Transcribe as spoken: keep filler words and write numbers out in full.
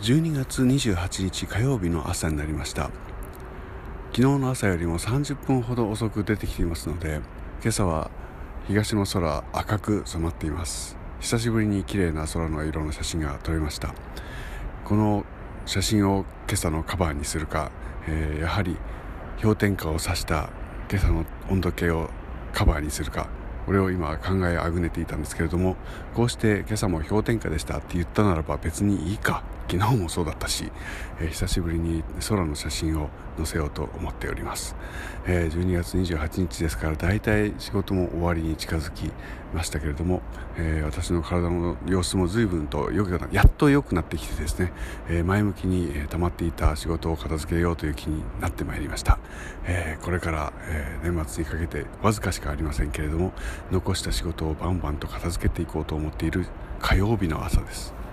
じゅうにがつにじゅうはちにち火曜日の朝になりました。昨日の朝よりもさんじゅっぷんほど遅く出てきていますので、今朝は東の空赤く染まっています。久しぶりに綺麗な空の色の写真が撮れました。この写真を今朝のカバーにするか、えー、やはり氷点下を指した今朝の温度計をカバーにするか、これを今考えあぐねていたんですけれども、こうして今朝も氷点下でしたって言ったならば別にいいか、昨日もそうだったし、えー、久しぶりに空の写真を載せようと思っております。えー、じゅうにがつにじゅうはちにちですから、だいたい仕事も終わりに近づきましたけれども、えー、私の体の様子も随分と良くなやっと良くなってきてですね、えー、前向きに、えー、溜まっていた仕事を片付けようという気になってまいりました。えー、これから、えー、年末にかけてわずかしかありませんけれども、残した仕事をバンバンと片付けていこうと思っている火曜日の朝です。